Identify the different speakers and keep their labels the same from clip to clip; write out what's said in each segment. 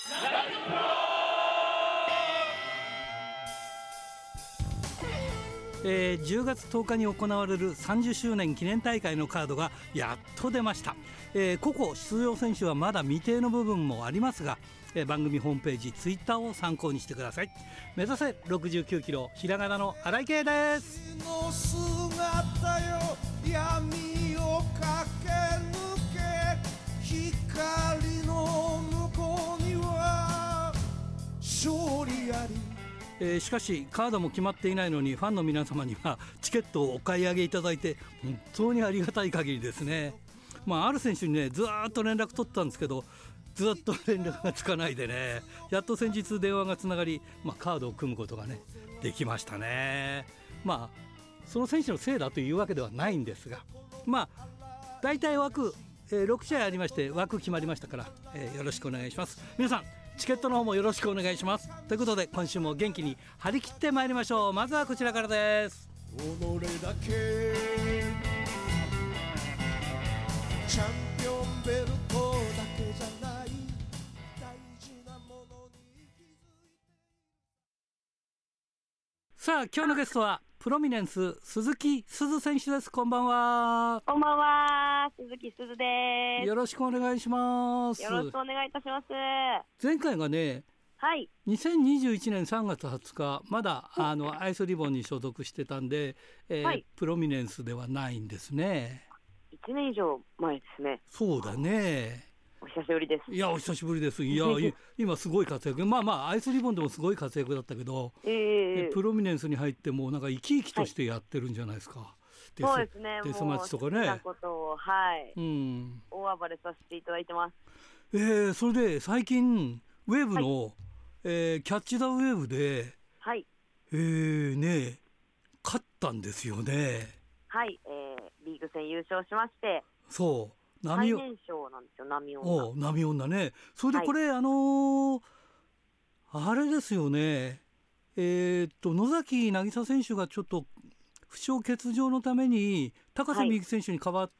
Speaker 1: 10月10日に行われる30周年記念大会のカードがやっと出ました。個々出場選手はまだ未定の部分もありますが、番組ホームページツイッターを参考にしてください。目指せ69キロ、ひらがなの荒井圭です。
Speaker 2: の姿よ、闇を駆け抜け、光の向こうには勝利あり。
Speaker 1: しかしカードも決まっていないのにファンの皆様にはチケットをお買い上げいただいて本当にありがたい限りですね。ある選手にねずっと連絡取ったんですけど、ずっと連絡がつかないでね、やっと先日電話がつながり、カードを組むことがねできましたね。その選手のせいだというわけではないんですが、だいたい枠、6試合ありまして枠決まりましたから、よろしくお願いします。皆さんチケットの方もよろしくお願いします。ということで今週も元気に張り切ってまいりましょう。まずはこちらからです。
Speaker 2: 己だけチャンピオンベルトだけじゃない、大事なものに気づいて。
Speaker 1: さあ今日のゲストはプロミネンス鈴木鈴選手です。こんばんは。
Speaker 3: こんばんは、鈴木鈴です。
Speaker 1: よろしくお願いします。
Speaker 3: よろしくお願いいたします。
Speaker 1: 前回がね、
Speaker 3: はい、
Speaker 1: 2021年3月20日まだアイスリボンに所属してたんで、
Speaker 3: はい、
Speaker 1: プロミネンスではないんですね。
Speaker 3: 1年以上前ですね。
Speaker 1: そうだね。
Speaker 3: お久しぶりです。
Speaker 1: いやお久しぶりです。いや今すごい活躍、アイスリボンでもすごい活躍だったけど、プロミネンスに入ってもうなんか生き生きとしてやってるんじゃないですか。はい、
Speaker 3: そうですね。
Speaker 1: デスマッチとかね。
Speaker 3: 好きなことを、大暴れさせていただいてます。
Speaker 1: それで最近ウェーブの、キャッチ・ザ・ウェーブで、
Speaker 3: はい、
Speaker 1: ね勝ったんですよね。
Speaker 3: はい、リーグ戦優勝しまして、
Speaker 1: そう
Speaker 3: 最年少なんですよ。
Speaker 1: 波女ね。それでこれ、あれですよね、野崎渚選手がちょっと負傷欠場のために高瀬美幸選手に代わって、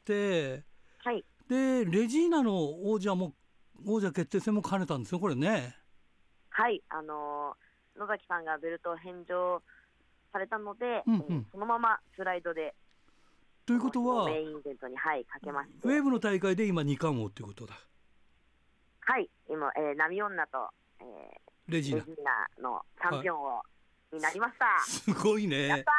Speaker 3: はい、
Speaker 1: でレジーナの王者決定戦も兼ねたんですよこれね。
Speaker 3: はい、野崎さんがベルトを返上されたので、そのままスライドで
Speaker 1: ということは
Speaker 3: メインイベントに、かけまして、
Speaker 1: ウェーブの大会で今2冠王ということだ。
Speaker 3: はい今、波女と、
Speaker 1: レジー
Speaker 3: ナのチャンピオンを、になりました。
Speaker 1: すごいね。
Speaker 3: やった。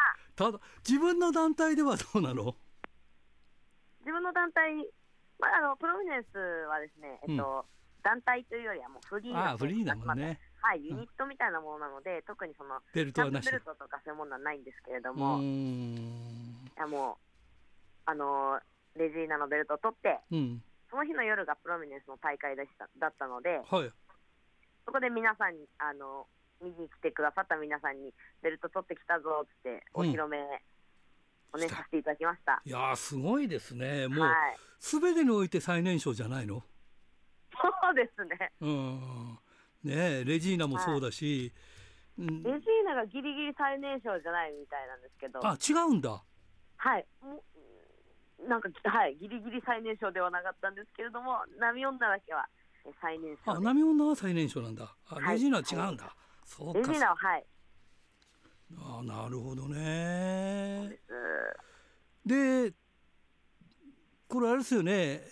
Speaker 1: ただ自分の団体ではどうなの？
Speaker 3: 自分の団体、プロミネンスはですね、団体というよりはもうフリー
Speaker 1: だもんね。
Speaker 3: はい、ユニットみたいなものなので、特にその
Speaker 1: ベルトはなし、
Speaker 3: ベルトとかそういうものはないんですけれども、いやもうレジーナのベルトを取って、その日の夜がプロミネンスの大会だったので、そこで皆さんに見に来てくださった皆さんにベルト取ってきたぞってお披露目をね、させていただきました。
Speaker 1: いやすごいですね。もう、全てにおいて最年少じゃないの？
Speaker 3: そうですね。
Speaker 1: ねレジーナもそうだし、
Speaker 3: レジーナがギリギリ最年少じゃないみたいなんですけど。
Speaker 1: 違うんだ。
Speaker 3: はい、ギリギリ最年少ではなかったんですけれども、波女だけは最年少です。
Speaker 1: 波女は最年少なんだ。レジーナは違うんだ。そうか。
Speaker 3: レジーナは
Speaker 1: なるほどね。
Speaker 3: そうです。
Speaker 1: でこれあれですよね、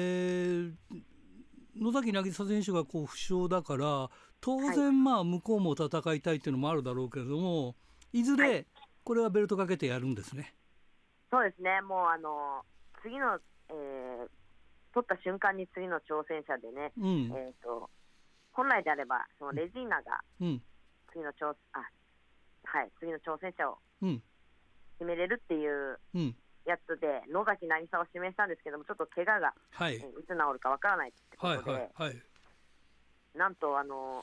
Speaker 1: 野崎渚選手が負傷だから当然向こうも戦いたいっていうのもあるだろうけれども、いずれこれはベルトかけてやるんですね。
Speaker 3: そうですね。もう次の、取った瞬間に次の挑戦者でね、本来であればそのレジーナが次の挑戦者を決めれるっていうやつで野崎渚を指名したんですけども、ちょっと怪我が、いつ治るかわからないってことで、なんと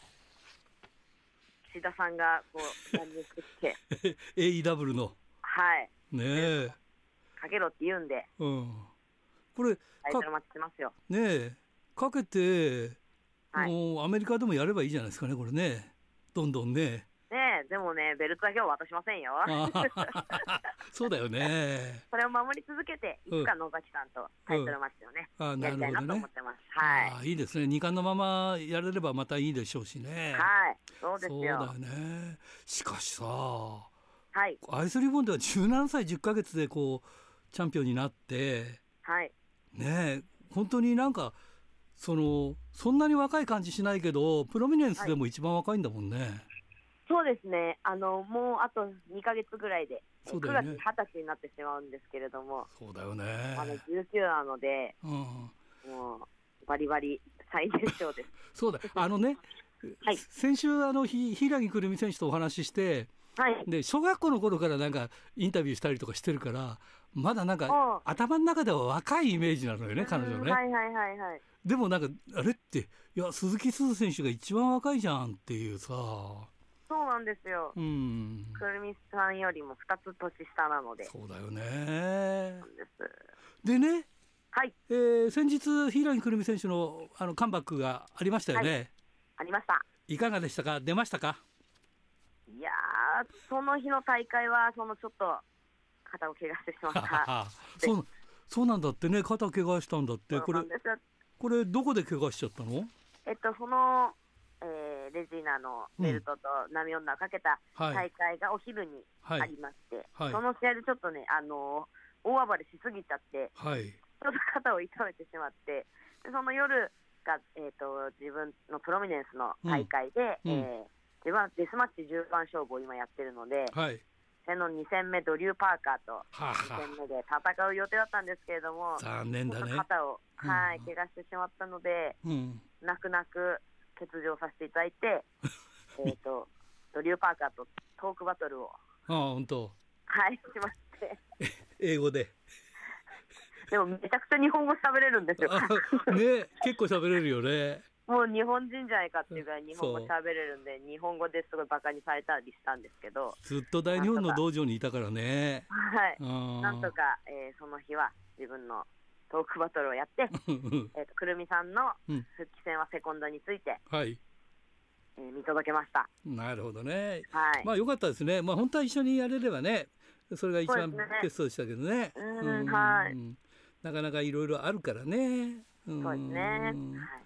Speaker 3: 岸田さんが乱入してきて
Speaker 1: AEW の
Speaker 3: かけろって言うんで、
Speaker 1: これ
Speaker 3: タイトルマッチしますよ。
Speaker 1: かけて、もうアメリカでもやればいいじゃないですかねこれね。どんどんね。
Speaker 3: ぜでもね、ベルトだけは渡しませんよ。
Speaker 1: そうだよね。
Speaker 3: それを守り続けて、いつか野崎さんとタイトルマッチをね、やりたいなと思ってます。はい。
Speaker 1: いいですね。2冠のままやれればまたいいでしょうしね。
Speaker 3: はい。そうですよ。
Speaker 1: そうだよね。しかしさ、
Speaker 3: はい。
Speaker 1: アイスリボンでは17歳10ヶ月でこうチャンピオンになって、
Speaker 3: はい。
Speaker 1: ね、本当になんかそんなに若い感じしないけど、プロミネンスでも一番若いんだもんね。はい、
Speaker 3: そうですね。もうあと2ヶ月ぐらいで、
Speaker 1: そうだよね、
Speaker 3: 9月20歳になってしまうんですけれども、
Speaker 1: そうだよね。
Speaker 3: 19なので、もうバリバリ最年少です。
Speaker 1: そうだ、はい、先週柊くるみ選手とお話しして、はい、で小学校の頃からなんかインタビューしたりとかしてるから、まだなんか頭の中では若いイメージなのよね、彼女ね。
Speaker 3: はいはいはいはい。
Speaker 1: でもなんかあれって、いや鈴木鈴選手が一番若いじゃんっていうさ。
Speaker 3: そうなんですよ。くるみさんよりも2つ年下なので。
Speaker 1: そうだよね。
Speaker 3: そうです。
Speaker 1: でね、
Speaker 3: はい。
Speaker 1: 先日柊くるみ選手のカムバックがありましたよね。はい、
Speaker 3: ありました。い
Speaker 1: かがでしたか、出ましたか。
Speaker 3: いやー、その日の大会はちょっと肩を怪我してしまった
Speaker 1: そうなんだってね、肩怪我したんだって。これどこで怪我しちゃったの？
Speaker 3: そのレジーナのベルトと波女をかけた大会がお昼にありまして、はいはい、その試合でちょっとね、大暴れしすぎちゃって、はい、ちょっと肩を痛めてしまって、でその夜が、自分のプロミネンスの大会で、自分はデスマッチ10番勝負を今やってるので、はい、その2戦目ドリュー・パーカーと2戦目で戦う予定だったんですけれども、
Speaker 1: 残念だね、
Speaker 3: 肩を、怪我してしまったので、泣く泣く欠場させていただいてドリュー・パーカーとトークバトルを
Speaker 1: 本当
Speaker 3: はいしまして
Speaker 1: 英語で
Speaker 3: でもめちゃくちゃ日本語喋れるんですよ
Speaker 1: ね、結構喋れるよね。
Speaker 3: もう日本人じゃないかっていうぐらい日本語喋れるんで、日本語ですごいバカにされたりしたんですけど、
Speaker 1: ずっと大日本の道場にいたからね。
Speaker 3: はい、なんとか、その日は自分のトークバトルをやってくるみさんの復帰戦はセコンドについて、はい見届けました。
Speaker 1: なるほどね、
Speaker 3: はい、
Speaker 1: まあ良かったですね。まあ本当は一緒にやれればね、それが一番ベストでしたけどね。
Speaker 3: はい、
Speaker 1: なかなかいろいろあるからね。
Speaker 3: そうですね、はい、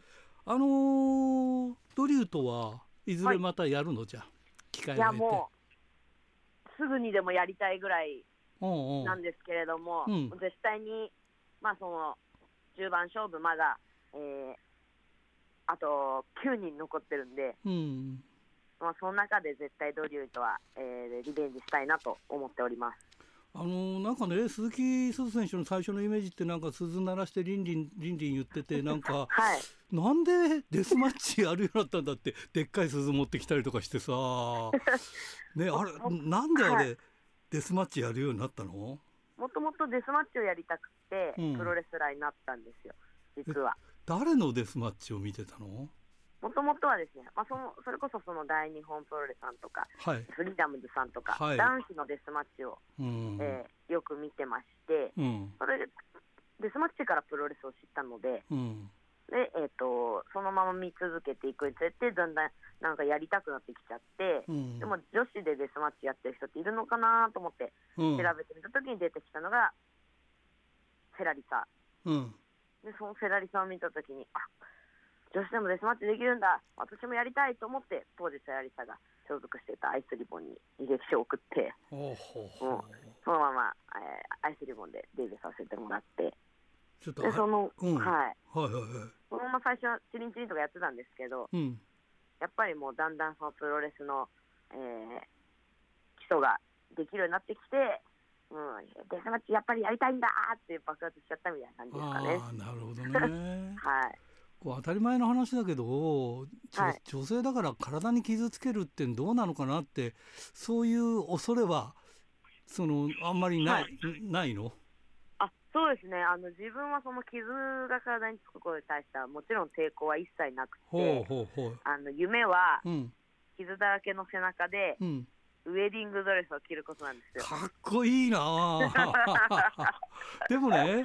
Speaker 1: ドリューとはいずれまたやるの、はい、じゃあ機会が出て。いやも
Speaker 3: うすぐにでもやりたいぐらいなんですけれども、絶対にまあその10番勝負まだ、あと9人残ってるんで、まあ、その中で絶対ドリューとは、リベンジしたいなと思っております。
Speaker 1: なんかね、鈴木鈴選手の最初のイメージってなんか鈴鳴らしてリンリン言ってて、なんか、はい、なんでデスマッチやるようになったんだって、でっかい鈴持ってきたりとかしてさね、あれなんであれ、はい、デスマッチやるようになったの？
Speaker 3: もともとデスマッチをやりたくて、プロレスラーになったんですよ、実は。
Speaker 1: 誰のデスマッチを見てたの？
Speaker 3: もともとはですね、まあ、それこそその大日本プロレスさんとか、はい、フリーダムズさんとか、はい、男子のデスマッチを、よく見てまして、それでデスマッチからプロレスを知ったので、でそのまま見続けていくにつれて、だんだんなんかやりたくなってきちゃって、でも女子でデスマッチやってる人っているのかなと思って調べてみたときに出てきたのがセラリサ、でそのセラリサを見たときに、女子でもデスマッチできるんだ、私もやりたいと思って、当時セラリサが所属していたアイスリボンに履歴書を送って、もうそのまま、アイスリボンでデビューさせてもらって、
Speaker 1: ちょっと
Speaker 3: でそのまま最初はチリンチリンとかやってたんですけど、やっぱりもうだんだんそのプロレスの、基礎ができるようになってきて、デスマッチやっぱりやりたいんだって爆発しちゃったみたいな感じですかね。
Speaker 1: なるほどね
Speaker 3: はい、
Speaker 1: 当たり前の話だけど、女性だから体に傷つけるってどうなのかなって、そういう恐れはあんまりない、ないの？
Speaker 3: そうですね、自分はその傷が体につくことに対してはもちろん抵抗は一切なくて、夢は傷だらけの背中で、ウェディングドレスを着ることなんですよ。
Speaker 1: かっこいいなでもね、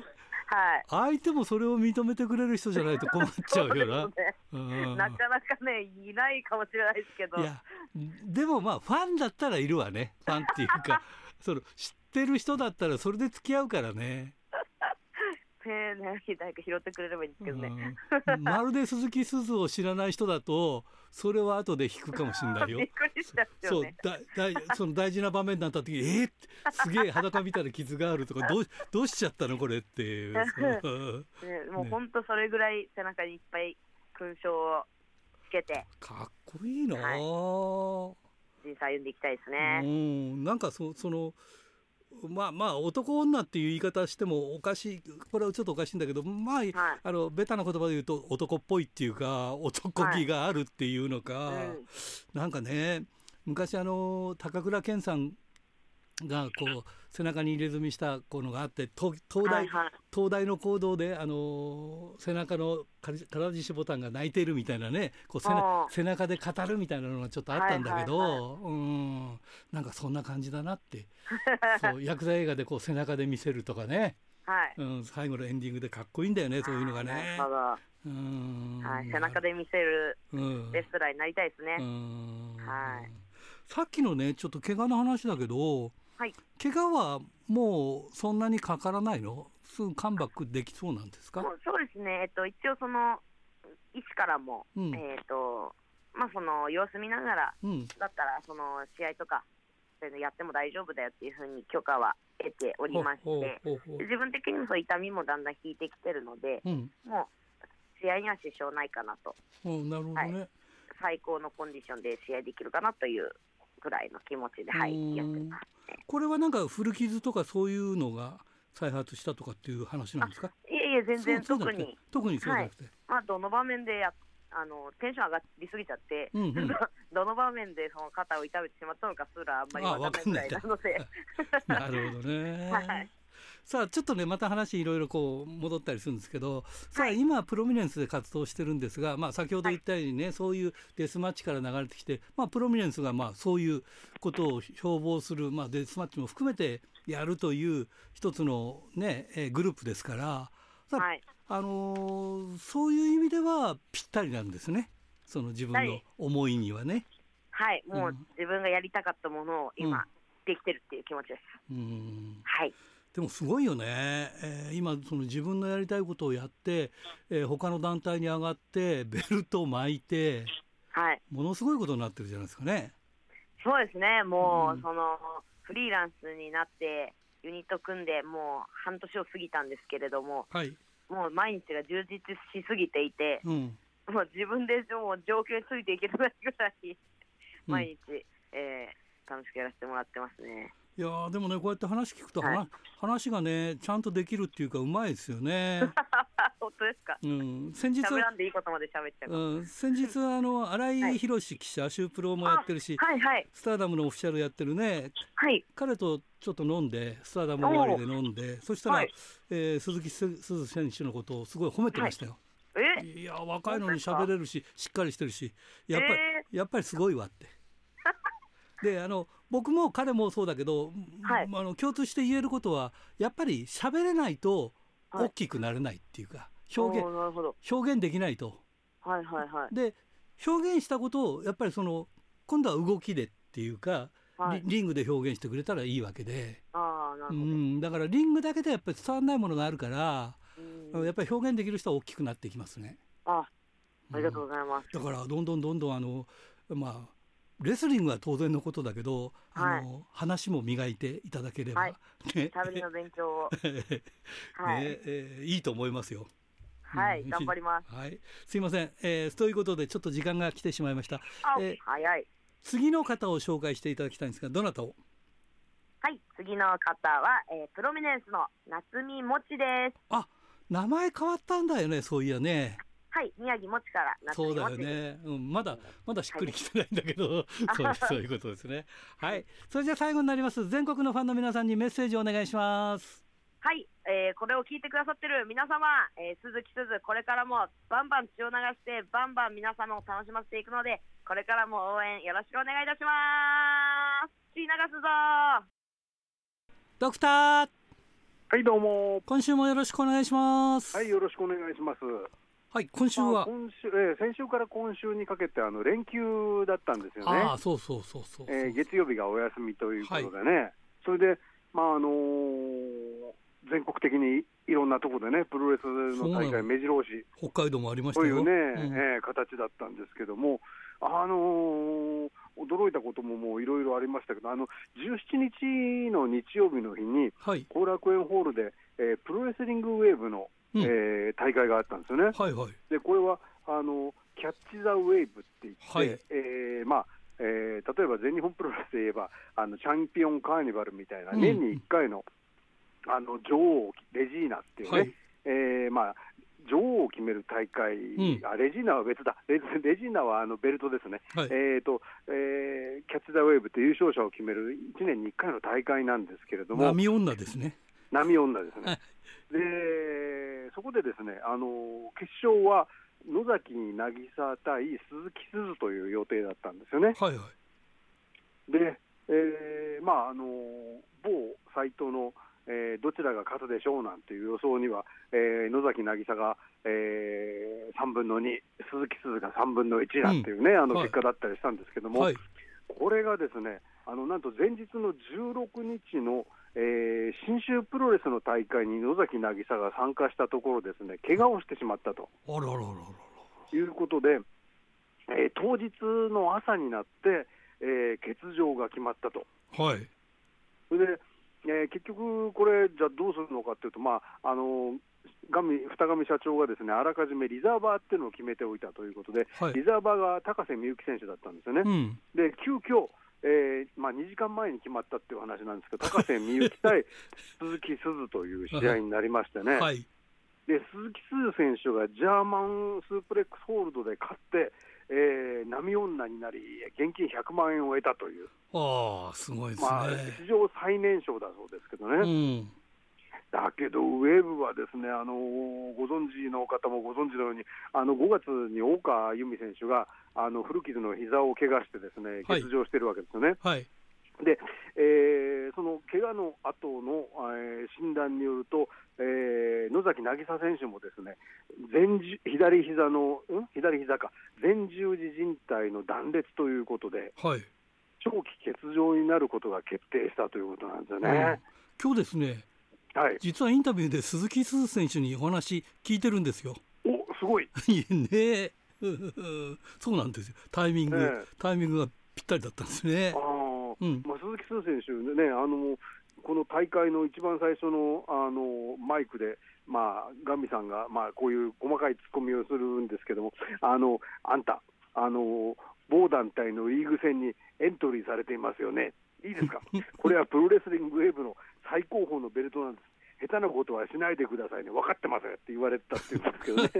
Speaker 1: 相手もそれを認めてくれる人じゃないと困っちゃうよな。
Speaker 3: なかなかねいないかもしれないですけど。
Speaker 1: いやでもまあファンだったらいるわね。ファンっていうかその知ってる人だったらそれで付き合うからね。
Speaker 3: 誰か拾ってくれればいいんですけどね。
Speaker 1: まるで鈴木すずを知らない人だとそれは後で引くかもしれないよ。
Speaker 3: びっくりしちゃうよね。
Speaker 1: その大事な場面になった時にすげえ裸見たら傷があるとかどうしちゃったのこれっていう
Speaker 3: もう本当それぐらい背中にいっぱい勲章をつけて
Speaker 1: かっこいいな、
Speaker 3: はい、人生歩んでいきたいですね。
Speaker 1: なんかそのまあ男女っていう言い方してもおかしい、これはちょっとおかしいんだけど、まあ、はい、ベタな言葉で言うと男っぽいっていうか男気があるっていうのか、なんかね昔高倉健さんがこう背中に入れ墨したこのがあって東大の講堂で背中の唐獅子ボタンが泣いているみたいなねこう背中で語るみたいなのがちょっとあったんだけど、なんかそんな感じだなってそうヤクザ映画でこう背中で見せるとかね、最後のエンディングでかっこいいんだよねそういうのがね。
Speaker 3: 背中で見せるレスラーになりたいですね。
Speaker 1: さっきのねちょっと怪我の話だけど、怪我はもうそんなにかからないの？すぐカムバックできそうなんですか？
Speaker 3: そうですね、一応その医師からも、まあその様子見ながら、だったらその試合とかそういうのやっても大丈夫だよっていうふうに許可は得ておりまして、自分的にもそう痛みもだんだん引いてきてるので、もう試合には支障ないかなと。
Speaker 1: なるほどね。
Speaker 3: 最高のコンディションで試合できるかなというくらいの気持ちで、やってますね。
Speaker 1: これはなんか古傷とかそういうのが再発したとかっていう話なんですか？
Speaker 3: いえ全然特に
Speaker 1: そうじゃなくて、
Speaker 3: どの場面でテンション上がりすぎちゃって、どの場面でその肩を痛めてしまったのかすらあんまり分からないぐらいなので。
Speaker 1: なるほどね。さあちょっとねまた話いろいろこう戻ったりするんですけど、さあ今プロミネンスで活動してるんですが、先ほど言ったようにね、そういうデスマッチから流れてきて、プロミネンスがそういうことを標榜する、デスマッチも含めてやるという一つのね、グループですから、そういう意味ではぴったりなんですね、その自分の思いにはね。
Speaker 3: もう自分がやりたかったものを今、できてるっていう気持ちです。
Speaker 1: でもすごいよね、今その自分のやりたいことをやって、他の団体に上がってベルトを巻いて、ものすごいことになってるじゃないですかね。
Speaker 3: そうですね、もう、そのフリーランスになってユニット組んでもう半年を過ぎたんですけれども、もう毎日が充実しすぎていて、もう自分でもう状況についていけないぐらい毎日、楽しくやらせてもらってますね。
Speaker 1: いやでもねこうやって話聞くと、話がねちゃんとできるっていうかうまいですよね。
Speaker 3: 本当ですか？
Speaker 1: 先日
Speaker 3: 喋らんでいいことまで喋っちゃう。
Speaker 1: 先日新井宏記者、シュープロもやってるし、スターダムのオフィシャルやってるね、彼とちょっと飲んで、スターダム終わりで飲んで、そしたら、鈴木すず選手のことをすごい褒めてましたよ。いや若いのに喋れるししっかりしてるしやっぱりすごいわってで僕も彼もそうだけど、共通して言えることはやっぱり喋れないと大きくなれないっていうか、表現できないと、で表現したことをやっぱりその今度は動きでっていうか、リングで表現してくれたらいいわけで、だからリングだけでやっぱり伝わらないものがあるから、やっぱり表現できる人は大きくなっていきますね。
Speaker 3: ありがとうございます。
Speaker 1: だからどんどんレスリングは当然のことだけど、話も磨いていただければ、
Speaker 3: 喋りの勉強を
Speaker 1: いいと思いますよ。
Speaker 3: 頑張ります。
Speaker 1: すいません、ということでちょっと時間が来てしまいました。
Speaker 3: 早い。
Speaker 1: 次の方を紹介していただきたいんですが、どなたを？
Speaker 3: 次の方は、プロミネンスの夏見もちです。
Speaker 1: 名前変わったんだよね、そういやね。
Speaker 3: 宮城もちから夏見もち。そうだよね、
Speaker 1: まだしっくりきてないんだけど、そういうことですね。それじゃあ最後になります。全国のファンの皆さんにメッセージをお願いします。
Speaker 3: これを聞いてくださってる皆様、鈴木すずこれからもバンバン血を流してバンバン皆様を楽しませていくので、これからも応援よろしくお願いいたします。血流すぞ
Speaker 1: ドクター
Speaker 4: はい、どうも。
Speaker 1: 今週もよろしくお願いします。
Speaker 4: はい、よろしくお願いします。
Speaker 1: はい、今週は、
Speaker 4: 先週から今週にかけて連休だったんですよね。
Speaker 1: そうそうそうそう、
Speaker 4: 月曜日がお休みということでね、はい、それで、全国的にいろんなところでね、プロレスの大会目白押し、
Speaker 1: 北海道もありましたよ
Speaker 4: というね、形だったんですけども、驚いたことももういろいろありましたけど、17日の日曜日の日に、後、楽園ホールで、プロレスリングウェーブの大会があったんですよね。
Speaker 1: はいはい、
Speaker 4: でこれはキャッチ・ザ・ウェーブって言って、はい、例えば全日本プロレスで言えばチャンピオンカーニバルみたいな、年に1回の、女王レジーナっていうね、はい、女王を決める大会、レジーナは別だ、レジーナはベルトですね、はい、キャッチ・ザ・ウェーブって優勝者を決める1年に1回の大会なんですけれども、
Speaker 1: 波女ですね。
Speaker 4: 波女ですね。でそこでですね、決勝は野崎渚対鈴木すずという予定だったんですよね。
Speaker 1: はいはい、
Speaker 4: で、某サイトの、どちらが勝つでしょうなんていう予想には、野崎渚が、3分の2、鈴木すずが3分の1なんていうね、結果だったりしたんですけども、はい、これがですね、なんと前日の16日の信州プロレスの大会に野崎渚が参加したところですね、怪我をしてしまったということで、当日の朝になって、欠場が決まったと。
Speaker 1: はい、
Speaker 4: それで、結局これじゃあどうするのかというと、二上社長がですね、あらかじめリザーバーっていうのを決めておいたということで、はい、リザーバーが高瀬美幸選手だったんですよね。で急遽2時間前に決まったっていう話なんですけど、高瀬美幸対鈴木すずという試合になりましてね、はい、で鈴木すず選手がジャーマンスープレックスホールドで勝って、波女になり現金100万円を得たという、
Speaker 1: すごいですね。
Speaker 4: 史上最年少だそうですけどね、だけどウェーブはですね、ご存知の方もご存知のように5月に大川由美選手が古傷の膝を怪我してですね、欠場してるわけですよね。
Speaker 1: はい、
Speaker 4: でその怪我の後の、診断によると、野崎渚選手もですね、左膝か前十字靭帯の断裂ということで、
Speaker 1: はい、
Speaker 4: 長期欠場になることが決定したということなんですよね。
Speaker 1: 今日ですね、はい、実はインタビューで鈴木すず選手にお話聞いてるんですよ。
Speaker 4: すごい
Speaker 1: ねそうなんですよ。タイミングがぴったりだったんですね。
Speaker 4: 鈴木すず選手ね、この大会の一番最初の、マイクで、ガンビさんが、こういう細かいツッコミをするんですけども、あんた某団体のリーグ戦にエントリーされていますよね、いいですかこれはプロレスリングウェーブの最高峰のベルトなんです、下手なことはしないでくださいね、分かってますよって言われたっていうんですけどね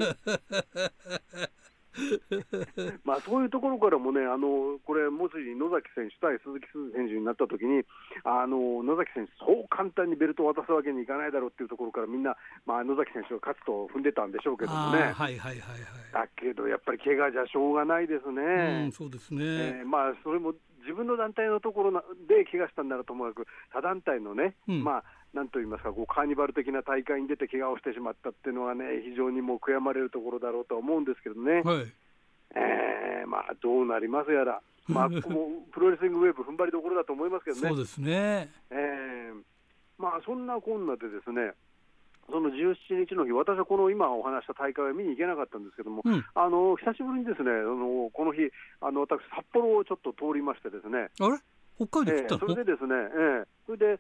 Speaker 4: そういうところからもね、これもし野崎選手対鈴木すず選手になったときに、野崎選手そう簡単にベルトを渡すわけにいかないだろうっていうところから、みんな、野崎選手が勝つと踏んでたんでしょうけどもね。だけどやっぱり怪我じゃしょうがないですね。
Speaker 1: そうですね。
Speaker 4: それも自分の団体のところで怪我したんならともかく、他団体のね、なんといいますか、カーニバル的な大会に出て怪我をしてしまったっていうのはね、非常にもう悔やまれるところだろうとは思うんですけどね、
Speaker 1: はい、
Speaker 4: どうなりますやら、もうプロレスリングウェーブ踏ん張りどころだと思いますけどね。
Speaker 1: そうですね。
Speaker 4: そんなこんなでですね、その17日の日、私はこの今お話した大会は見に行けなかったんですけども、久しぶりにですね、この日私札幌をちょっと通りましてですね、
Speaker 1: あれ北海道行ったの？
Speaker 4: それでですね、それで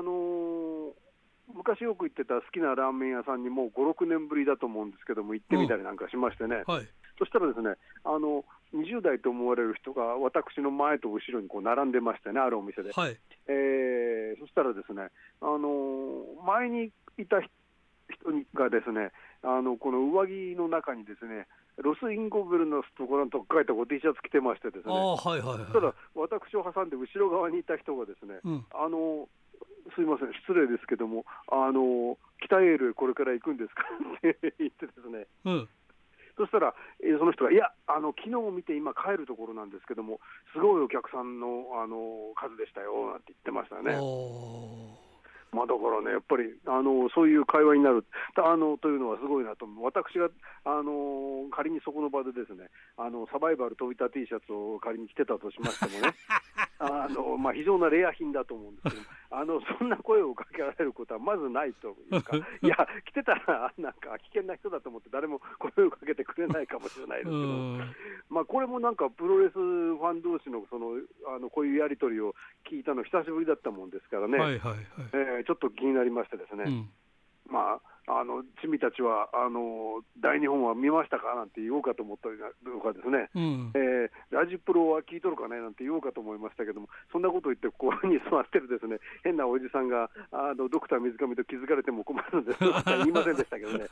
Speaker 4: 昔よく行ってた好きなラーメン屋さんにもう5、6年ぶりだと思うんですけども行ってみたりなんかしましてね、そしたらですね、20代と思われる人が私の前と後ろにこう並んでましてね、あるお店で、そしたらですね、前にいた人がですね、この上着の中にですね、ロスインゴベルノスと書いた T シャツ着てましてですね、ただ私を挟んで後ろ側にいた人がですね、すいません失礼ですけども、北エールこれから行くんですかって言ってですね、そしたらその人が、いや昨日見て今帰るところなんですけども、すごいお客さんの、数でしたよなんて言ってましたね。 まあ、だからね、やっぱりそういう会話になるというのはすごいなと思う。私が仮にそこの場でですね、サバイバル飛びた T シャツを仮に着てたとしましてもねまあ、非常なレア品だと思うんですけどそんな声をかけられることはまずないというかいや、着てたらなんか危険な人だと思って誰も声をかけてくれないかもしれないですけど、まあ、これもなんかプロレスファン同士のこういうやり取りを聞いたの久しぶりだったもんですからね、ちょっと気になりましてですね、まあチミたちは大日本は見ましたかなんて言おうかと思ったりとかですね、ラジプロは聞いとるかねなんて言おうかと思いましたけども、そんなことを言ってここに座ってるですね変なおじさんがドクター水上と気づかれても困るので言いませんでしたけどね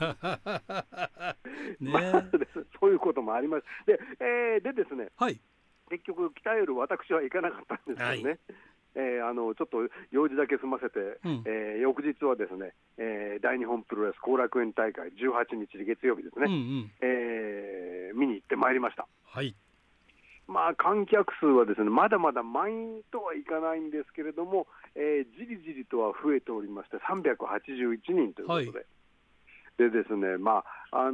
Speaker 4: まあ、そういうこともあります。でですね、結局北夜私は行かなかったんですけどね、ちょっと用事だけ済ませて、翌日はですね、大日本プロレス後楽園大会18日月曜日ですね、見に行ってまいりました。まあ、観客数はですねまだまだ満員とはいかないんですけれども、じりじりとは増えておりまして381人ということで、でですね、まあ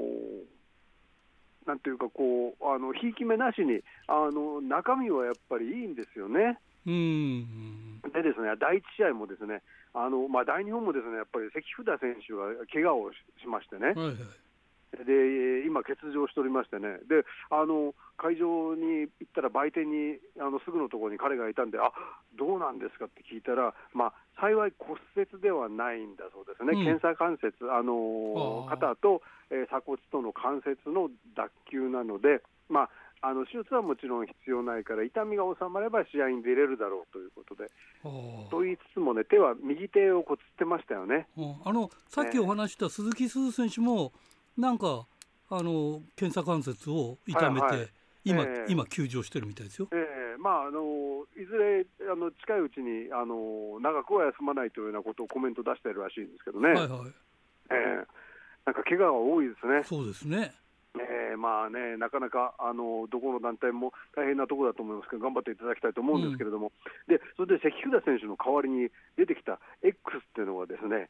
Speaker 4: なんていうかこうひいき目なしに中身はやっぱりいいんですよね。でですね、第一試合もですねまあ、大日本もですねやっぱり関札選手が怪我をしましてね、で今欠場しておりましてね、で会場に行ったら売店にすぐのところに彼がいたんで、どうなんですかって聞いたら、まあ、幸い骨折ではないんだそうですね、検査関節肩と、鎖骨との関節の脱臼なので、まあ手術はもちろん必要ないから痛みが治まれば試合に出れるだろうということで、と言いつつもね右手をこうつってましたよね。
Speaker 1: さっきお話した鈴木鈴選手もなんか検査関節を痛めて、今休場してるみたいですよ。
Speaker 4: まあいずれ近いうちに長くは休まないというようなことをコメント出しているらしいんですけどね、なんか怪我が多いですね。
Speaker 1: そうですね。
Speaker 4: まあね、なかなかどこの団体も大変なところだと思いますけど頑張っていただきたいと思うんですけれども、でそれで関札選手の代わりに出てきた X っていうのはですね、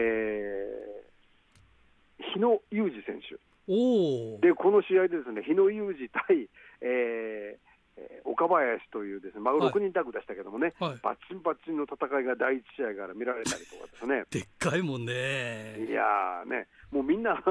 Speaker 4: 日野裕二選手で、この試合でですね日野裕二対、岡林というですね、まあ、6人タッグでしたけどもね、バッチンバッチンの戦いが第一試合から見られたりとかですね
Speaker 1: でっかいもんね。
Speaker 4: いやね、もうみんな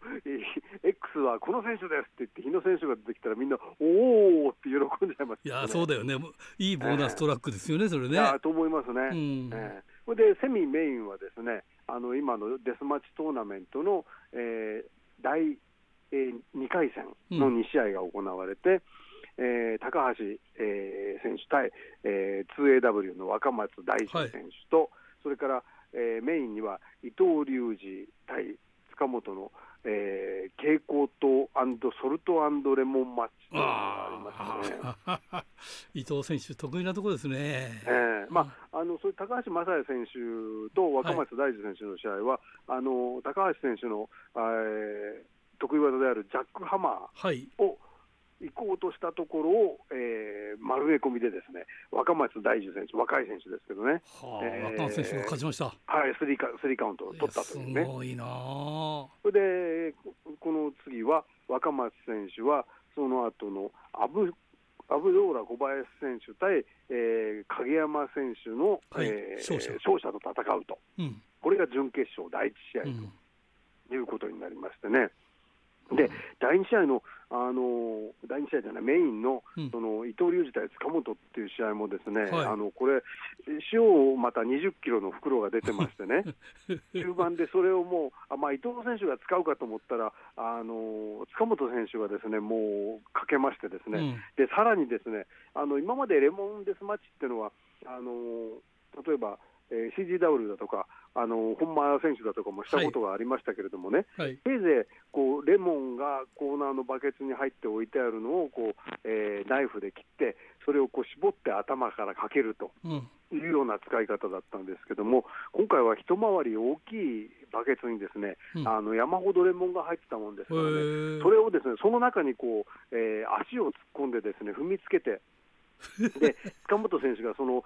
Speaker 4: X はこの選手ですって言って日野選手が出てきたらみんなおーって喜んじゃいます、ね、
Speaker 1: いやそうだよね、いいボーナストラックですよね、それね。
Speaker 4: いやと思いますね。それでセミメインはですね今のデスマッチトーナメントの、第、2回戦の2試合が行われて、高橋、選手対、2AW の若松大二選手と、それから、メインには伊藤隆二対塚本の蛍光灯&ソルト&レモンマッチがありましたね。
Speaker 1: 伊藤選手得意なところですね。
Speaker 4: まあそういう高橋正也選手と若松大二選手の試合は、高橋選手の、得意技であるジャックハマーを行こうとしたところを、丸め込みでですね若松大二選手、若い選手ですけどね、
Speaker 1: 若松選手が勝ちました。
Speaker 4: スリーカウントを取ったというね。
Speaker 1: すごいな。
Speaker 4: それでこの次は若松選手はその後のアブドーラ小林選手対、影山選手の、勝者と戦うと、これが準決勝第1試合ということになりましてね。で第2試合の、第2試合じゃないメインの、その伊藤隆二対塚本っていう試合もですね、これ塩また20キロの袋が出てましてね中盤でそれをもう、まあ、伊藤選手が使うかと思ったら塚本選手がですねもうかけましてですね、でさらにですね今までレモンデスマッチっていうのは例えばCGW だとか本間選手だとかもしたことがありましたけれどもね、せいぜいこうレモンがコーナーのバケツに入って置いてあるのをこう、ナイフで切ってそれをこう絞って頭からかけるというような使い方だったんですけども、今回は一回り大きいバケツにですね、山ほどレモンが入ってたもんですからね、それをですねその中にこう、足を突っ込んでですね踏みつけてで塚本選手がその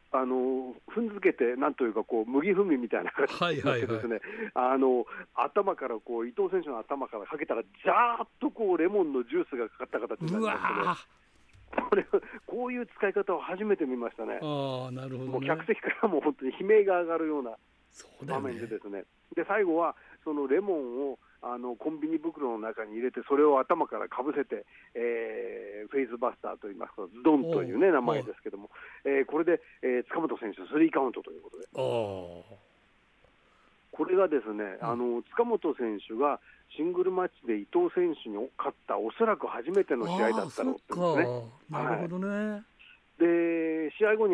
Speaker 4: 踏んづけて、なんというかこう麦踏みみたいな形になってですね、頭からこう伊藤選手の頭からかけたら、ジャーッとこうレモンのジュースがかかった形になりましてね、こういう使い方を初めて見ましたね。
Speaker 1: なるほどね。
Speaker 4: もう客席からも本当に悲鳴が上がるような場面でですね、で最後はそのレモンをコンビニ袋の中に入れて、それを頭からかぶせて、フェイスバスターといいますか、ズドンという、ね、名前ですけども、これで、塚本選手3カウントということで、これがですね、塚本選手がシングルマッチで伊藤選手に勝ったおそらく初めての試合だったろうってですね。
Speaker 1: なるほどね。
Speaker 4: で試合後に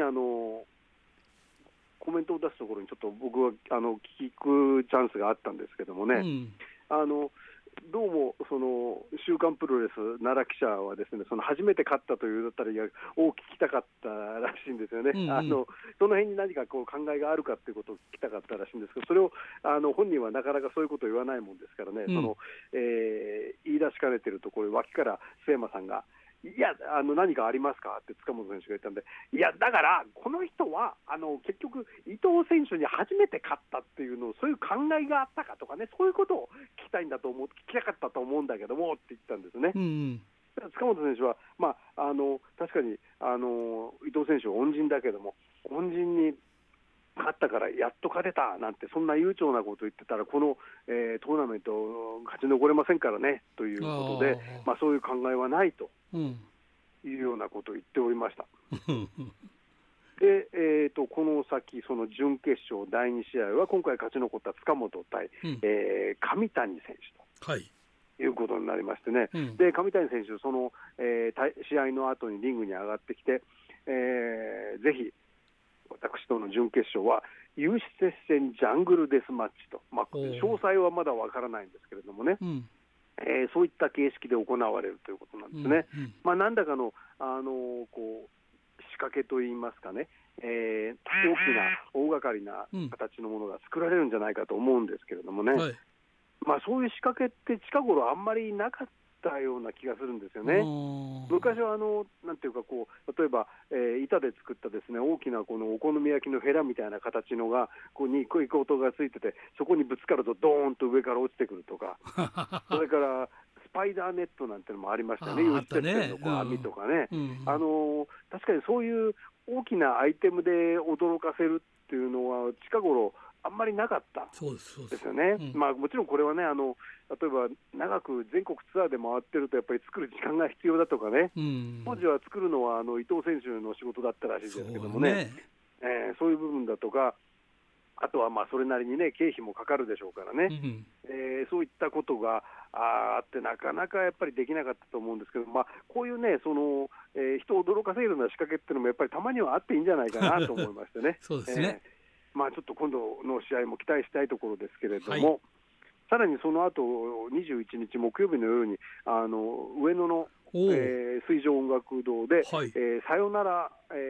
Speaker 4: コメントを出すところにちょっと僕は聞くチャンスがあったんですけどもね、どうもその週刊プロレス奈良記者はですね、その初めて勝ったというあたりを聞きたかったらしいんですよね。その辺に何かこう考えがあるかということを聞きたかったらしいんですけど、それを本人はなかなかそういうことを言わないもんですからね、言い出しかねてるところ脇から須山さんが、いや何かありますかって塚本選手が言ったんで、いやだからこの人は結局伊藤選手に初めて勝ったっていうのを、そういう考えがあったかとかね、そういうことを聞きたかったと思うんだけどもって言ったんですね。塚本選手は、確かに伊藤選手は恩人だけども、恩人に勝ったからやっと勝てたなんて、そんな悠長なことを言ってたらこの、トーナメント勝ち残れませんからねということで、そういう考えはないというようなことを言っておりました。で、この先その準決勝第2試合は今回勝ち残った塚本対、上谷選手ということになりましてね、で上谷選手その、試合の後にリングに上がってきて、ぜひ私との準決勝は有刺接戦ジャングルデスマッチと、詳細はまだわからないんですけれどもね、そういった形式で行われるということなんですね。何らかの、こう仕掛けといいますかね、大掛かりな形のものが作られるんじゃないかと思うんですけれどもね、そういう仕掛けって近頃あんまりなかったような気がするんですよね。昔はなんていうかこう、例えば、板で作ったですね、大きなこのお好み焼きのヘラみたいな形のがこうに一個一個音がついてて、そこにぶつかるとドーンと上から落ちてくるとかそれからスパイダーネットなんてのもありましたね。有刺鉄線のこう網とかね、確かにそういう大きなアイテムで驚かせるっていうのは近頃あんまりなかったですよね。もちろんこれはね、例えば長く全国ツアーで回ってるとやっぱり作る時間が必要だとかね、当時は作るのは伊藤選手の仕事だったらしいですけどもね、そういう部分だとか、あとはそれなりにね経費もかかるでしょうからね、そういったことがあってなかなかやっぱりできなかったと思うんですけど、こういうね人を驚かせるような仕掛けっていうのもやっぱりたまにはあっていいんじゃないかなと思いましてね
Speaker 1: そうですね。
Speaker 4: ちょっと今度の試合も期待したいところですけれども、さらにその後21日木曜日の夜に上野の、水上音楽堂で、さよなら、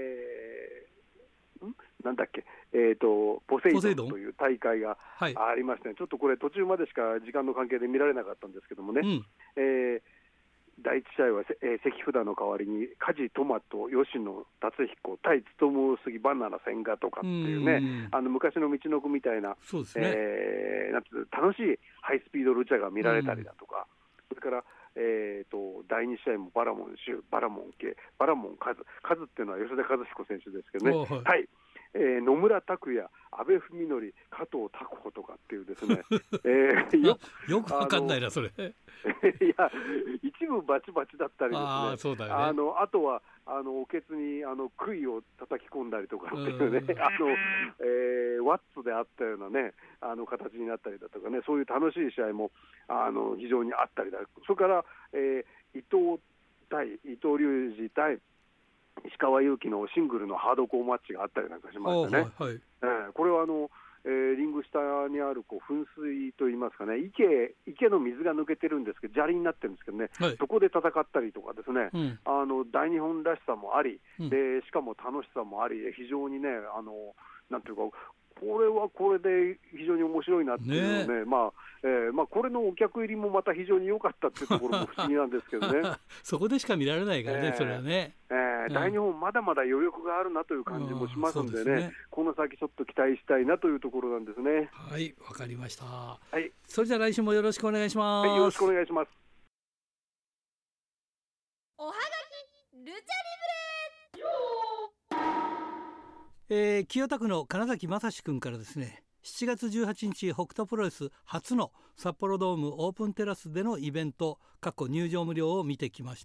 Speaker 4: なんだっけ、ポセイドンという大会がありまして、ちょっとこれ途中までしか時間の関係で見られなかったんですけどもね、第1試合は、関札の代わりに梶トマト吉野達彦対務杉バナナ千賀とかっていうね、昔の道のくみたいな、楽しいハイスピードルチャが見られたりだとか、それから第2試合もバラモン系バラモンカズっていうのは吉田和彦選手ですけどね、対野村拓也、阿部文則、加藤拓歩とかっていうですね、
Speaker 1: よくわかんないなそれい
Speaker 4: や一部バチバチだったりですね、あとはおけつに杭を叩き込んだりとかっていうね、ワッツであったようなね形になったりだとかね、そういう楽しい試合も非常にあったりだ。それから、伊藤隆二対石川祐希のシングルのハードコーマッチがあったりなんかしましたね。これはリング下にある噴水といいますかね、池の水が抜けてるんですけど砂利になってるんですけどね、そこで戦ったりとかですね、大日本らしさもあり、でしかも楽しさもあり、非常にねなんていうかこれはこれで非常に面白いなっていうのね、これのお客入りもまた非常に良かったっていうところも不思議なんですけどね
Speaker 1: そこでしか見られないからね、それはね。
Speaker 4: 大日本まだまだ余力があるなという感じもしますんでね、この先ちょっと期待したいなというところなんですね。
Speaker 1: はい、わかりました。
Speaker 4: はい、
Speaker 1: それじゃあ来週もよろしくお願いします。
Speaker 4: はい、よろしくお願いします。
Speaker 5: おはがきルチャリ
Speaker 1: ブレ清田区の金崎正史君からですね、7月18日北斗プロレス初の札幌ドームオープンテラスでのイベント入場無料を見てきました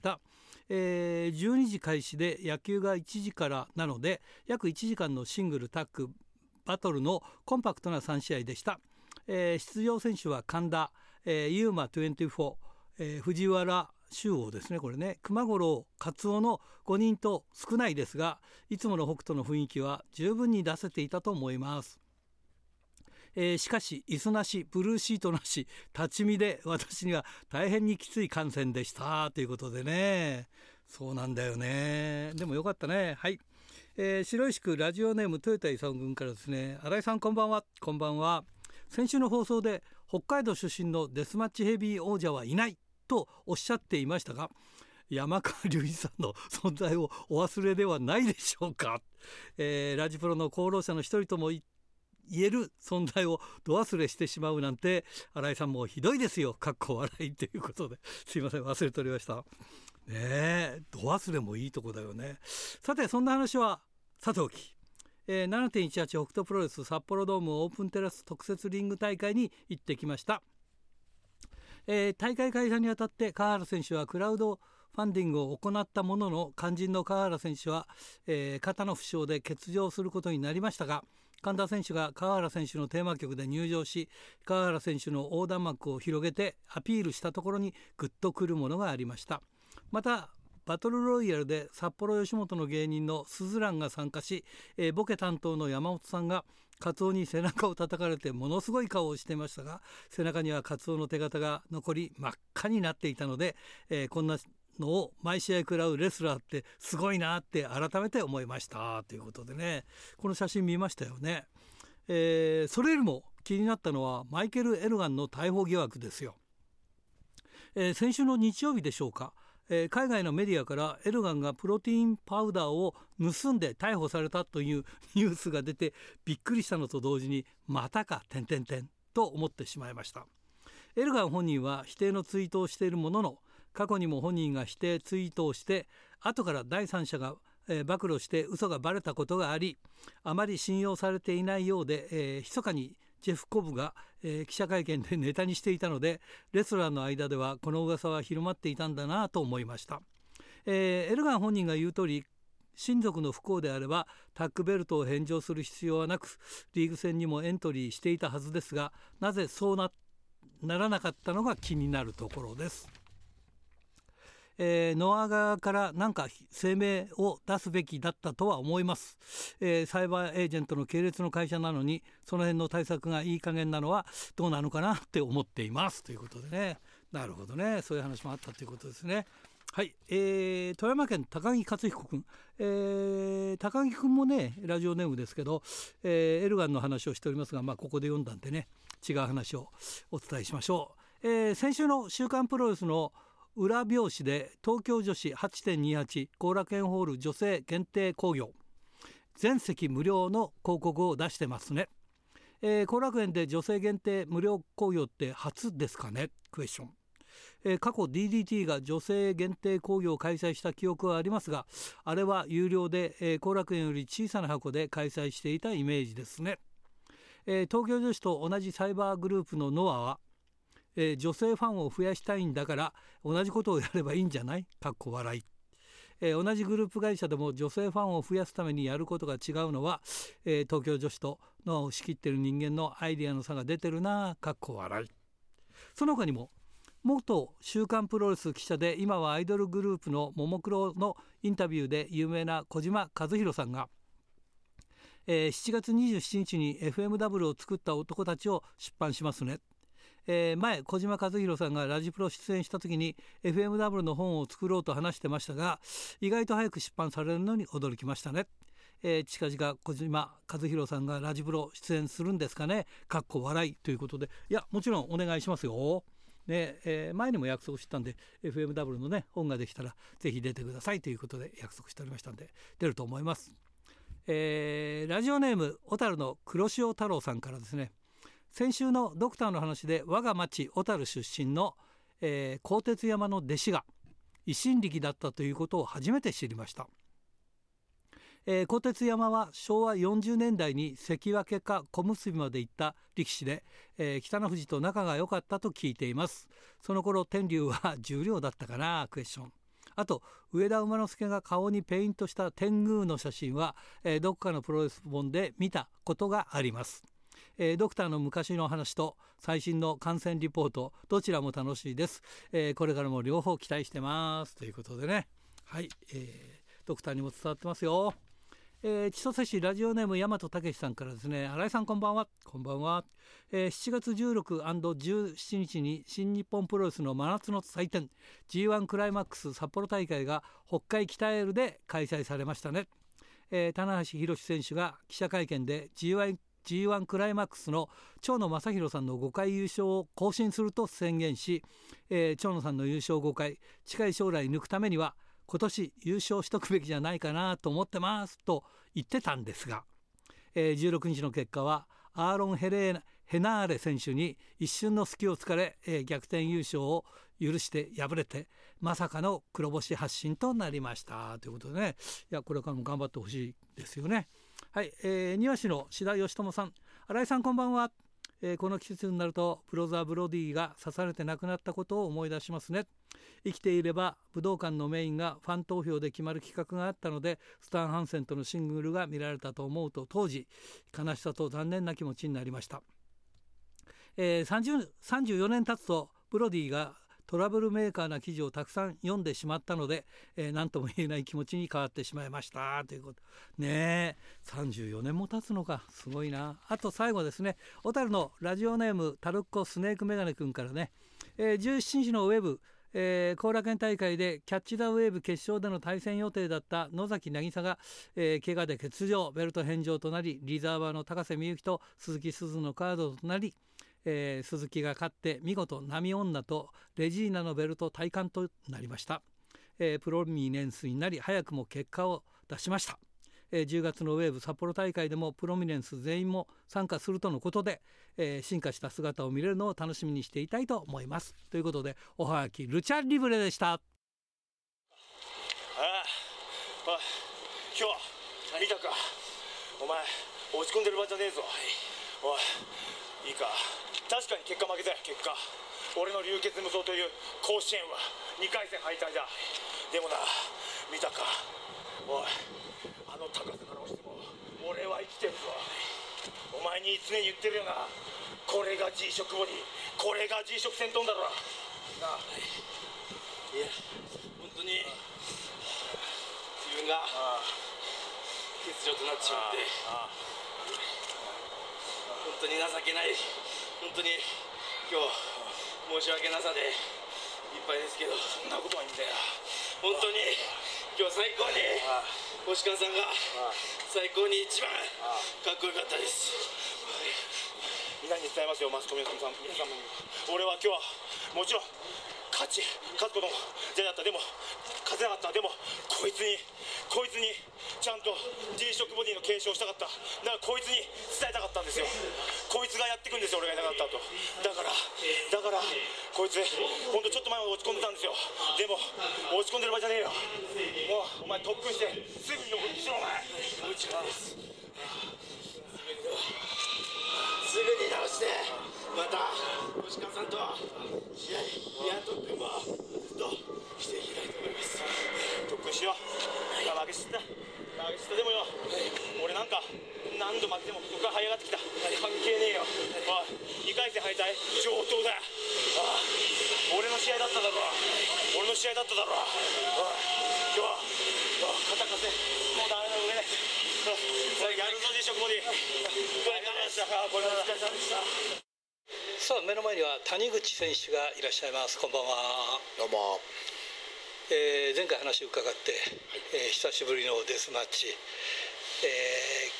Speaker 1: 。12時開始で野球が1時からなので約1時間のシングルタッグバトルのコンパクトな3試合でした。出場選手は神田、ユーマ24、藤原修王ですね、これね、熊五郎勝夫の5人と少ないですが、いつもの北斗の雰囲気は十分に出せていたと思います。しかし椅子なしブルーシートなし立ち見で私には大変にきつい観戦でしたということでね、そうなんだよね。でもよかったね。はい、白石区ラジオネーム豊田勲君からですね、新井さんこんばんは。こんばんは。先週の放送で北海道出身のデスマッチヘビー王者はいないとおっしゃっていましたが、山川隆一さんの存在をお忘れではないでしょうか。ラジプロの功労者の一人とも言える存在をど忘れしてしまうなんて、新井さんもひどいですよ、かっこ笑いということで、すいません忘れておりましたね。ど忘れもいいとこだよね。さてそんな話はさておき、7.18 北斗プロレス札幌ドームオープンテラス特設リング大会に行ってきました。大会開催にあたって川原選手はクラウドファンディングを行ったものの、肝心の川原選手は、肩の負傷で欠場することになりましたが、神田選手が川原選手のテーマ曲で入場し、川原選手の横断幕を広げてアピールしたところにグッとくるものがありました。またバトルロイヤルで札幌吉本の芸人のスズランが参加し、ボケ担当の山本さんがカツオに背中を叩かれてものすごい顔をしていましたが、背中にはカツオの手形が残り真っ赤になっていたので、こんなのを毎試合食らうレスラーってすごいなって改めて思いましたということでね、この写真見ましたよね。それよりも気になったのはマイケル・エルガンの逮捕疑惑ですよ。先週の日曜日でしょうか、海外のメディアからエルガンがプロテインパウダーを盗んで逮捕されたというニュースが出てびっくりしたのと同時に、またかと思ってしまいました。エルガン本人は否定のツイートをしているものの、過去にも本人が否定ツイートをして後から第三者が暴露して嘘がバレたことがあり、あまり信用されていないようで、密かにジェフ・コブが、記者会見でネタにしていたので、レスラーの間ではこの噂は広まっていたんだなと思いました。エルガン本人が言う通り、親族の不幸であればタッグベルトを返上する必要はなく、リーグ戦にもエントリーしていたはずですが、なぜそう ならなかったのが気になるところです。ノア側から何か声明を出すべきだったとは思います。サイバーエージェントの系列の会社なのに、その辺の対策がいい加減なのはどうなのかなって思っていますということでね。なるほどね、そういう話もあったということですね。はい、富山県高木克彦君、高木君もねラジオネームですけど、エルガンの話をしておりますが、ここで読んだんでね、違う話をお伝えしましょう。先週の週刊プロレスの裏表紙で東京女子 8.28 後楽園ホール女性限定興行全席無料の広告を出してますね。後楽園で女性限定無料興行って初ですかね、クエスチョン。過去 DDT が女性限定興行を開催した記憶はありますが、あれは有料で、後楽園より小さな箱で開催していたイメージですね。東京女子と同じサイバーグループのノアは、女性ファンを増やしたいんだから同じことをやればいいんじゃない？かっこ笑い。同じグループ会社でも女性ファンを増やすためにやることが違うのは、東京女子とノアを仕切っている人間のアイデアの差が出てるな、かっこ笑い。その他にも元週刊プロレス記者で今はアイドルグループのももクロのインタビューで有名な小島和弘さんが、7月27日に FMW を作った男たちを出版しますね。前小島和弘さんがラジプロ出演した時に FMW の本を作ろうと話してましたが、意外と早く出版されるのに驚きましたね。近々小島和弘さんがラジプロ出演するんですかね、かっこ笑いということで、いやもちろんお願いしますよ。 ね、前にも約束したんで FMW のね本ができたらぜひ出てくださいということで約束しておりましたんで出ると思います。ラジオネーム小樽の黒潮太郎さんからですね、先週のドクターの話で我が町小樽出身の、鋼鉄山の弟子が維新力だったということを初めて知りました。鋼鉄山は昭和40年代に関脇か小結まで行った力士で、北の富士と仲が良かったと聞いています。その頃天竜は十両だったかなクエスチョン。あと上田馬之助が顔にペイントした天狗の写真は、どこかのプロレス本で見たことがあります。ドクターの昔の話と最新の観戦リポートどちらも楽しいです。これからも両方期待してますということでね、はい、ドクターにも伝わってますよ。千歳市ラジオネーム大和武さんからですね、新井さんこんばんは。こんばんは。7月16、17日に新日本プロレスの真夏の祭典 G1 クライマックス札幌大会が北海北エールで開催されましたね。棚橋宏選手が記者会見で G1 クライマックスの長野正弘さんの5回優勝を更新すると宣言し、長野さんの優勝5回近い将来抜くためには今年優勝しとくべきじゃないかなと思ってますと言ってたんですが、16日の結果はアーロン・ヘナーレ選手に一瞬の隙を突かれ、逆転優勝を許して敗れてまさかの黒星発進となりましたということでね、いやこれからも頑張ってほしいですよね。はい、庭師の志田義友さん、新井さんこんばんは。この季節になるとブロザー・ブロディが刺されて亡くなったことを思い出しますね。生きていれば武道館のメインがファン投票で決まる企画があったのでスタン・ハンセンとのシングルが見られたと思うと当時悲しさと残念な気持ちになりました。34年経つとブロディがトラブルメーカーな記事をたくさん読んでしまったので、何とも言えない気持ちに変わってしまいましたということね。34年も経つのか、すごいな。あと最後ですね、小樽のラジオネームタルッコスネークメガネ君からね、17日のウェブ後楽園大会でキャッチ・ザ・ウェーブ決勝での対戦予定だった野崎渚が、怪我で欠場、ベルト返上となりリザーバーの高瀬美幸と鈴木鈴のカードとなり、鈴木が勝って見事波女とレジーナのベルト体感となりました。プロミネンスになり早くも結果を出しました。10月のウェーブ札幌大会でもプロミネンス全員も参加するとのことで、進化した姿を見れるのを楽しみにしていたいと思いますということで、おはがきルチャリブレでした。
Speaker 6: 今日見たか、お前落ち込んでる場合じゃねえぞ。おいいいか、確かに結果負けだよ。結果俺の流血無双という甲子園は2回戦敗退だ。でもな、見たか、おいあの高さから落ちても俺は生きてるぞ。お前に常に言ってるよな、これが G 色ボディ、これが G 色戦闘だろな。いや本当に自分が欠場となってしまって本当に情けない、本当に今日申し訳なさでいっぱいですけど、そんなことはいいんだよ。本当に今日最高に星川さんが最高に一番かっこよかったです。みんなに伝えますよ、マスコミの皆さんも。俺は今日はもちろん勝つことも嫌だった。でも勝てなかった。でもこいつにちゃんと G ショックボディの継承したかった。だからこいつに伝えたかったんですよ。こいつがやってくんですよ、俺がいなかった後。だからこいつ本当ちょっと前まで落ち込んでたんですよ。でも落ち込んでる場合じゃねえよ。もうお前特訓してすぐに残りしろ。お前うちはですすぐに直してまた星川さんと試合や特訓もずっとしていきたいと思います。特訓しよう。負け知ったでもよ、俺なんか何度負けてもここから這い上がってきた。関係ねえよ。2回戦敗退上等だ。俺の試合だっただろ。今日は肩貸せ。もうダメだ、俺ね。やるぞ G ショックボディ。これお疲れ様でした。
Speaker 1: さあ目の前には谷口選手がいらっしゃいます。こんばんは。
Speaker 7: どうも。
Speaker 1: 前回話を伺って、久しぶりのデスマッチ、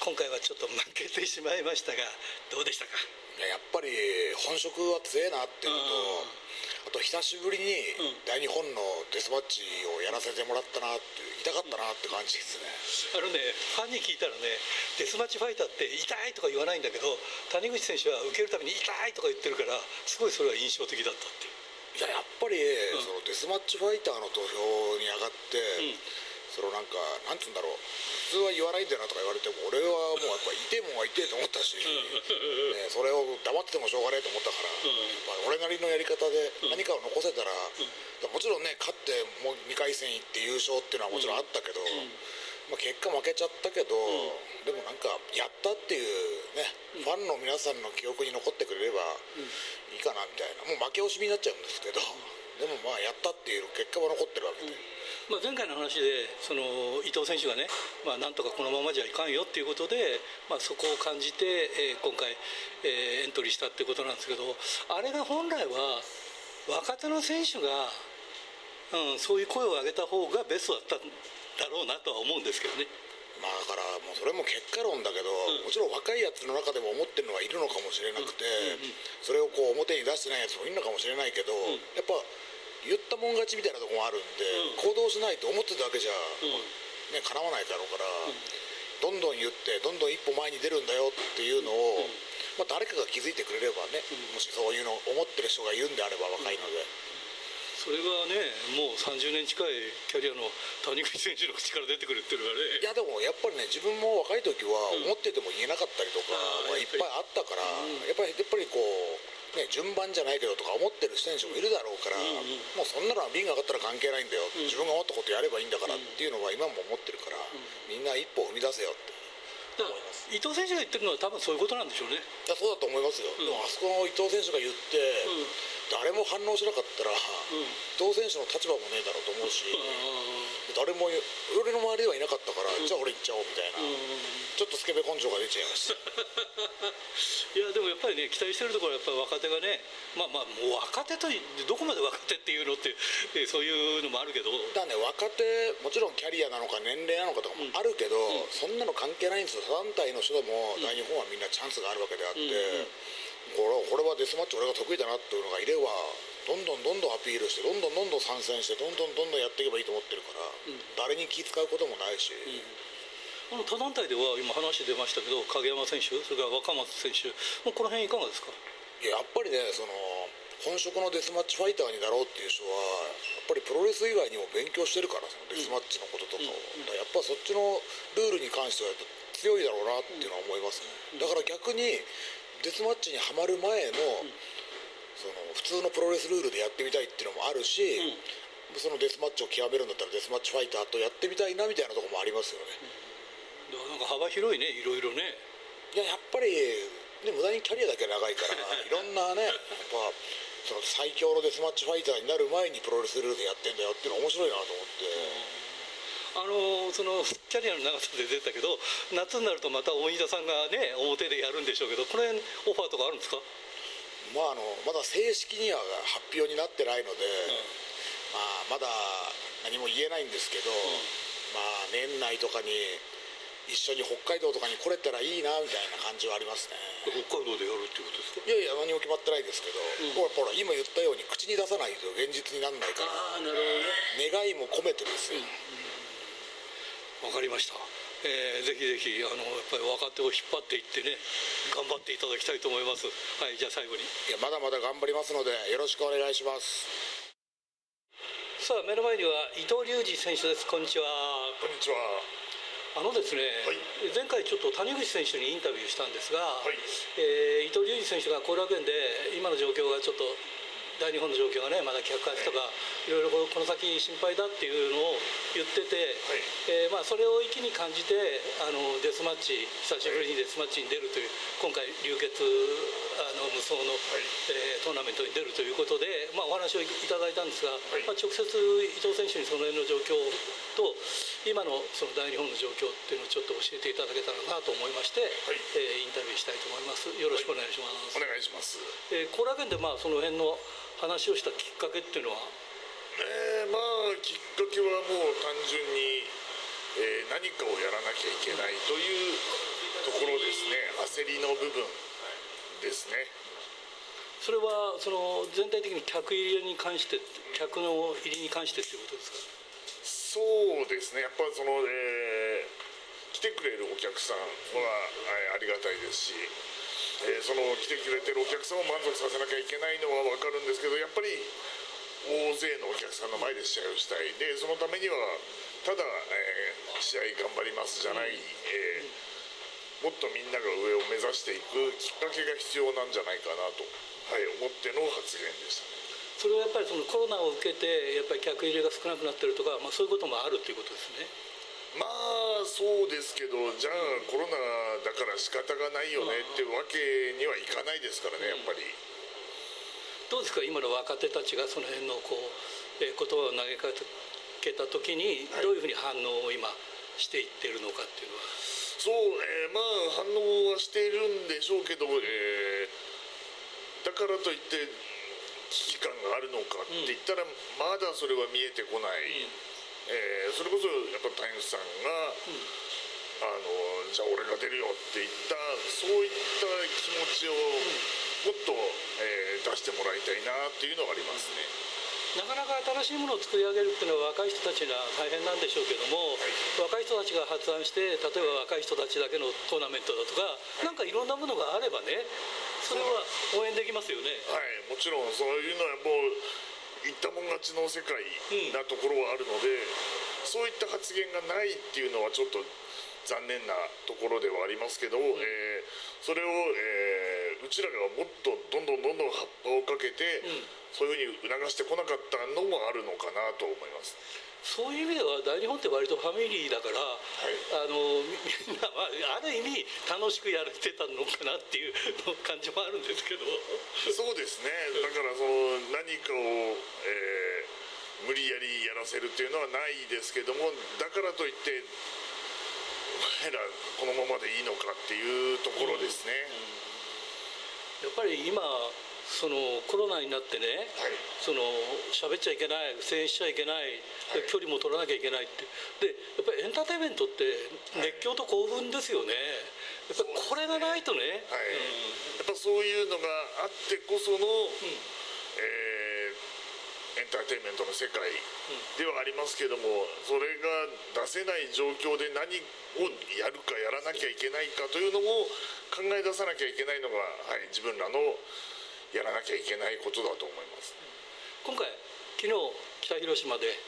Speaker 1: 今回はちょっと負けてしまいましたが、どうでしたか？
Speaker 7: やっぱり本職は強いなっていうのと、あと久しぶりに大日本のデスマッチをやらせてもらったなっていう、痛かったなって感じですね。
Speaker 1: ファンに聞いたらね、デスマッチファイターって痛いとか言わないんだけど、谷口選手は受けるたびに痛いとか言ってるから、すごいそれは印象的だったっていう。
Speaker 7: いや、やっぱり、そのデスマッチファイターの土俵に上がって、そのなんか、なんて言うんだろう、普通は言わないんだよなとか言われても、俺はもうやっぱ痛いもんは痛いと思ったし、それを黙っててもしょうがないと思ったから、やっぱ俺なりのやり方で何かを残せたら、もちろんね、勝ってもう2回戦行って優勝っていうのはもちろんあったけど、まあ、結果負けちゃったけど、でもなんかやったっていうね、ファンの皆さんの記憶に残ってくれればいいかなみたいな、もう負け惜しみになっちゃうんですけど、でもまあやったっていう結果は残ってるわけで、
Speaker 1: まあ、前回の話でその伊藤選手がね、まあ、なんとかこのままじゃいかんよっていうことで、まあ、そこを感じて、今回、エントリーしたってことなんですけど、あれが本来は若手の選手が、そういう声を上げた方がベストだったんだろうなとは思うんですけどね。
Speaker 7: まあだからもうそれも結果論だけど、もちろん若いやつの中でも思ってるのがいるのかもしれなくて、それをこう表に出してないやつもいるのかもしれないけど、やっぱ言ったもん勝ちみたいなところもあるんで、行動しないと思ってただけじゃ、ね、かなわないだろうから、どんどん言ってどんどん一歩前に出るんだよっていうのを、まあ、誰かが気づいてくれればね、もしそういうの思ってる人がいるんであれば若いので。
Speaker 1: それがね、もう30年近いキャリアの谷口選手の口から出てくるっていうのがね。
Speaker 7: いやでもやっぱりね、自分も若い時は思ってても言えなかったりとかいっぱいあったから、やっぱりこう、ね、順番じゃないけどとか思ってる選手もいるだろうから、もうそんなのは瓶が上がったら関係ないんだよ、自分が思ったことやればいいんだからっていうのは今も思ってるから、みんな一歩踏み出せよって思います。
Speaker 1: 伊藤選手が言ってるのは多分そういうことなんでしょうね。
Speaker 7: いや、そうだと思いますよ。でもあそこの伊藤選手が言って、誰も反応しなかったら、伊藤選手の立場もねえだろうと思うし、誰も俺の周りではいなかったから、じゃあ俺行っちゃおうみたいな、ちょっとスケベ根性が出ちゃいました
Speaker 1: いやでもやっぱりね、期待してるところはやっぱり若手がね、まあもう若手とどこまで若手っていうのってそういうのもあるけど、
Speaker 7: だね、若手もちろんキャリアなのか年齢なのかとかもあるけど、そんなの関係ないんですよ。他団体の人でも大日本はみんなチャンスがあるわけであって、これはデスマッチ俺が得意だなっていうのがいれば、どんどんアピールして、どんどん参戦して、どんどんやっていけばいいと思ってるから、誰に気使うこともないし。
Speaker 1: 他団体では今話出ましたけど、影山選手、それから若松選手、もうこの辺いかがですか？
Speaker 7: いや、やっぱりね、その本職のデスマッチファイターになろうっていう人はやっぱりプロレス以外にも勉強してるから、そのデスマッチのこととかを、やっぱそっちのルールに関しては強いだろうなっていうのは思いますね。だから逆にデスマッチにはまる前の、その普通のプロレスルールでやってみたいっていうのもあるし、そのデスマッチを極めるんだったらデスマッチファイターとやってみたいなみたいなところもありますよね。
Speaker 1: なんか幅広いね、いろいろね。
Speaker 7: いや、やっぱり、ね、無駄にキャリアだけ長いからいろんなね、やっぱその最強のデスマッチファイターになる前にプロレスルールでやってんだよっていうのは面白いなと思って。
Speaker 1: そのキャリアの長さで出たけど、夏になるとまた大飯田さんがね表でやるんでしょうけど、この辺オファーとかあるんですか？
Speaker 7: まだ正式には発表になってないので、まだ何も言えないんですけど、年内とかに一緒に北海道とかに来れたらいいなみたいな感じはありますね。
Speaker 1: 北海道でやるっていうことですか？
Speaker 7: いや何も決まってないですけど、ほら今言ったように口に出さないと現実にならないから、
Speaker 1: なるほどね、
Speaker 7: 願いも込めてですよ。
Speaker 1: わかりました。ぜひぜひやっぱり若手を引っ張っていってね、頑張っていただきたいと思います。はい、じゃあ最後に。
Speaker 7: いや、まだまだ頑張りますのでよろしくお願いします。
Speaker 1: さあ目の前には伊藤隆二選手です。こんにちは。
Speaker 8: こんにちは。
Speaker 1: ですね、前回ちょっと谷口選手にインタビューしたんですが、伊藤隆二選手が後楽園で今の状況がちょっと大日本の状況がね、まだ客観とかいろいろこの先心配だっていうのを言ってて、それを一気に感じてデスマッチ、久しぶりにデスマッチに出るという、今回流血無双の、トーナメントに出るということで、お話をいただいたんですが、直接伊藤選手にその辺の状況と今のその大日本の状況っていうのをちょっと教えていただけたらなと思いまして、インタビューしたいと思います。よろしくお願いします。
Speaker 8: お願いします。
Speaker 1: 後楽園でその辺の話をしたきっかけっていうのは、
Speaker 8: きっかけはもう単純に、何かをやらなきゃいけないというところですね、焦りの部分ですね。
Speaker 1: それはその全体的に客入りに関して、客の入りに関してということですか？
Speaker 8: そうですね、やっぱりその、来てくれるお客さんはありがたいですし、その来てくれてるお客さんを満足させなきゃいけないのは分かるんですけど、やっぱり大勢のお客さんの前で試合をしたい。でそのためにはただ、試合頑張りますじゃない、もっとみんなが上を目指していくきっかけが必要なんじゃないかなと、思っての発言でしたね。
Speaker 1: それはやっぱりそのコロナを受けてやっぱり客入れが少なくなってるとか、そういうこともあるということですね。
Speaker 8: まあそうですけど、じゃあコロナだから仕方がないよねっていうわけにはいかないですからね、やっぱり。
Speaker 1: どうですか、今の若手たちがその辺のこう、言葉を投げかけた時にどういうふうに反応を今していってるのかっていうのは。
Speaker 8: そう、まあ反応はしているんでしょうけど、だからといって危機感があるのかって言ったら、まだそれは見えてこない、それこそやっぱタイムさんが、じゃあ俺が出るよって言ったそういった気持ちをもっと、出してもらいたいなっていうのはありますね。
Speaker 1: なかなか新しいものを作り上げるっていうのは若い人たちには大変なんでしょうけども、若い人たちが発案して、例えば若い人たちだけのトーナメントだとか、なんかいろんなものがあればね、それは応援できますよね。
Speaker 8: はい、もちろんそういうのはもう言ったもん勝ちの世界なところはあるので、そういった発言がないっていうのはちょっと残念なところではありますけど、それを、うちらがもっとどんどん葉っぱをかけて、そういうふうに促してこなかったのもあるのかなと思います。
Speaker 1: そういう意味では大日本って割とファミリーだから、みんなはある意味楽しくやれてたのかなっていう感じもあるんですけど。
Speaker 8: そうですね、だからその何かを、無理やりやらせるっていうのはないですけども、だからといってお前らこのままでいいのかっていうところですね。
Speaker 1: やっぱり今そのコロナになってね、その喋っちゃいけない、声援しちゃいけない、距離も取らなきゃいけないって、でやっぱりエンターテインメントって熱狂と興奮ですよね。やっぱりこれがないとね、
Speaker 8: やっぱそういうのがあってこその、エンターテインメントの世界ではありますけども、それが出せない状況で何をやるかやらなきゃいけないかというのも考え出さなきゃいけないのが、自分らのやらなきゃいけないことだと思います。
Speaker 1: 今回昨日北広島で、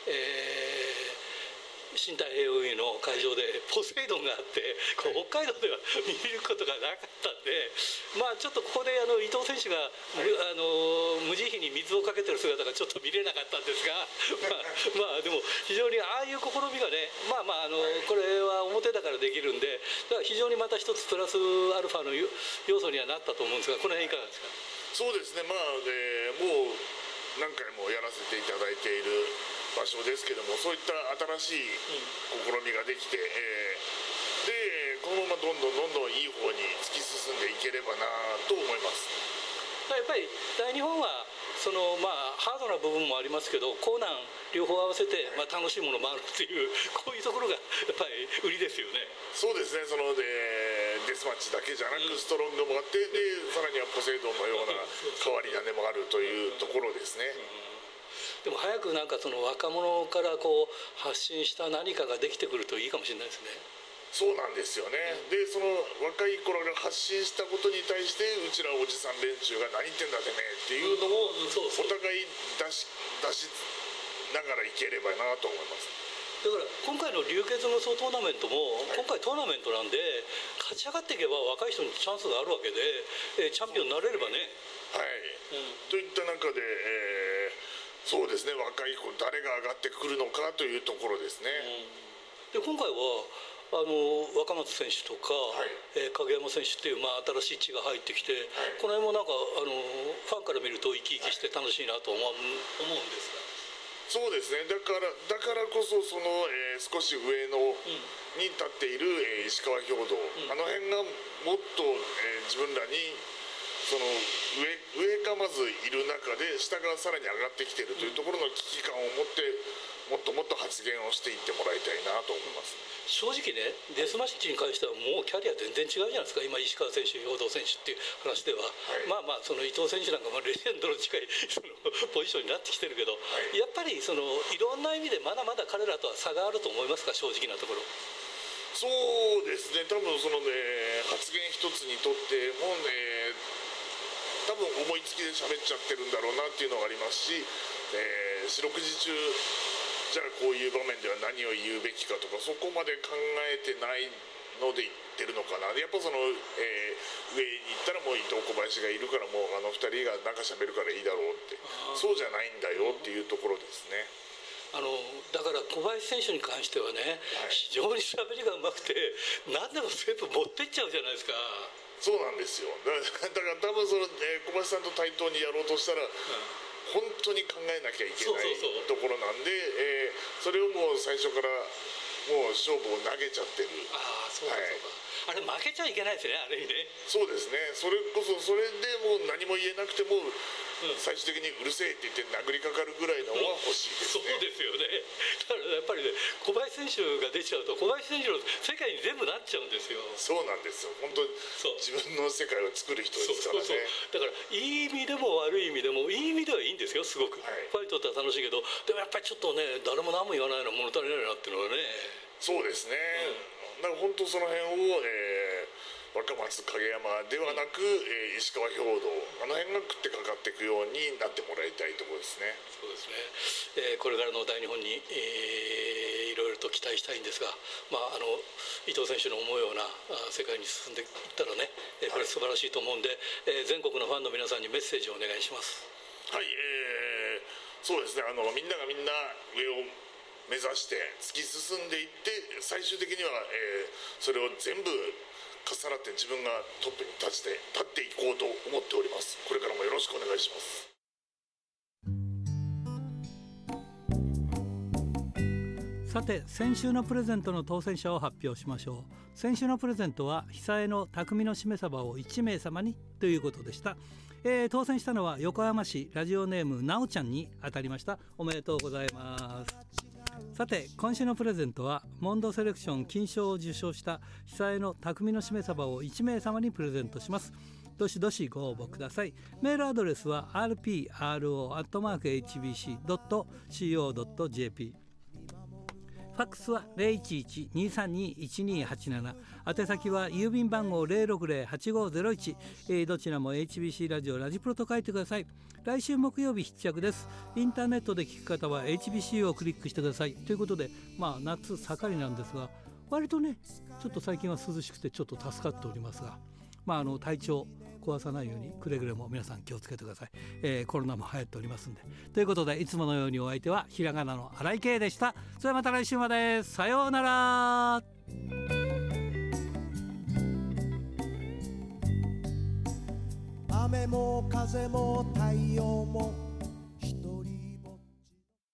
Speaker 1: 新太平洋泳の会場でポセイドンがあって、北海道では見ることがなかったんで、ちょっとここで伊藤選手が、無慈悲に水をかけてる姿がちょっと見れなかったんですが、でも非常にああいう試みがね、これは表だからできるんで、だから非常にまた一つプラスアルファの要素にはなったと思うんですが、この辺いかがですか？
Speaker 8: そうですね、もう何回もやらせていただいている場所ですけども、そういった新しい試みができて、でこのままどんどんいい方に突き進んでいければなと思います。
Speaker 1: やっぱり大日本はそのハードな部分もありますけど、高難両方合わせて楽しいものもあるっていう、こういうところがやっぱり売りですよね。そうですね、
Speaker 8: そのデスマッチだけじゃなくストロングもあって、でさらにはポセイドンのような変わり種もあるというところですね。
Speaker 1: でも早くなんかその若者からこう発信した何かができてくるといいかもしれないですね。
Speaker 8: そうなんですよね。でその若い頃が発信したことに対して、うちらおじさん連中が何言ってんだてめえっていうのをお互い出しながらいければなと思います。
Speaker 1: だから今回の流血無双トーナメントも、今回トーナメントなんで勝ち上がっていけば若い人にチャンスがあるわけで、チャンピオンになれればね。
Speaker 8: といった中で、そうですね、若い子誰が上がってくるのかというところですね。
Speaker 1: で今回は若松選手とか、影山選手っていう新しい血が入ってきて、この辺もなんかファンから見ると生き生きして楽しいなと思うんですが。
Speaker 8: そうですね、だからこそその、少し上の、に立っている、石川兵道、あの辺がもっと、自分らにその上がまずいる中で下がさらに上がってきているというところの危機感を持ってもっともっと発言をしていってもらいたいなと思います。
Speaker 1: 正直ね、デスマッチに関してはもうキャリア全然違うじゃないですか。今石川選手、陽動選手っていう話では、まあその伊藤選手なんかもレジェンドの近いそのポジションになってきてるけど、やっぱりいろんな意味でまだまだ彼らとは差があると思いますか、正直なところ。
Speaker 8: そうですね、多分そのね、発言一つにとってもね、多分思いつきで喋っちゃってるんだろうなっていうのがありますし、四六時中じゃあこういう場面では何を言うべきかとか、そこまで考えてないので言ってるのかな。やっぱその、上に行ったらもう伊藤小林がいるから、もう2人が何か喋るからいいだろうって、そうじゃないんだよっていうところですね。
Speaker 1: だから小林選手に関してはね、非常に喋りがうまくて何でも全部持ってっちゃうじゃないですか。
Speaker 8: そうなんですよ。だから多分その、小林さんと対等にやろうとしたら、本当に考えなきゃいけないところなんで、それをもう最初からもう勝負を投げちゃってる。
Speaker 1: そうかそうか、あれ負けちゃいけないですね、あれにね。
Speaker 8: そうですね、それこそそれでもう何も言えなくても、最終的にうるせえって言って殴りかかるぐらいのは欲しいですね。
Speaker 1: そうですよね。だからやっぱりね、小林選手が出ちゃうと小林選手の世界に全部なっちゃうんですよ。
Speaker 8: そうなんですよ、本当に自分の世界を作る人ですからね。
Speaker 1: だからいい意味でも悪い意味でも、いい意味ではいいんですよ、すごく、ファイトって楽しいけど、でもやっぱりちょっとね、誰も何も言わないの物足りないなっていうのはね。
Speaker 8: そうですね、だから本当その辺を、若松影山ではなく、石川兵道、あの辺が食ってかかっていくようになってもらいたいところですね。
Speaker 1: そうですね、これからの大日本に、いろいろと期待したいんですが、伊藤選手の思うような世界に進んでいったらね、これ素晴らしいと思うんで、全国のファンの皆さんにメッセージをお願いします。
Speaker 8: はい、そうですね、みんながみんな上を目指して突き進んでいって、最終的には、それを全部かっさらって自分がトップに立っていこうと思っております。これからもよろしくお願いします。
Speaker 1: さて、先週のプレゼントの当選者を発表しましょう。先週のプレゼントは久江の匠のしめ鯖を1名様にということでした。当選したのは横浜市ラジオネームなおちゃんに当たりました。おめでとうございます。さて、今週のプレゼントはモンドセレクション金賞を受賞した久江の匠のしめ鯖を1名様にプレゼントします。どしどしご応募ください。メールアドレスは rpro@hbc.co.jp、ファックスは 011-232-1287、宛先は郵便番号 060-8501、どちらも HBC ラジオラジプロと書いてください。来週木曜日必着です。インターネットで聞く方は HBC をクリックしてください。ということで、夏盛りなんですが、割とねちょっと最近は涼しくてちょっと助かっておりますが、体調壊さないようにくれぐれも皆さん気をつけてください。コロナも流行っておりますんで。ということで、いつものようにお相手はひらがなの荒井圭でした。それではまた来週まで。さようなら。
Speaker 2: 雨も風も太陽も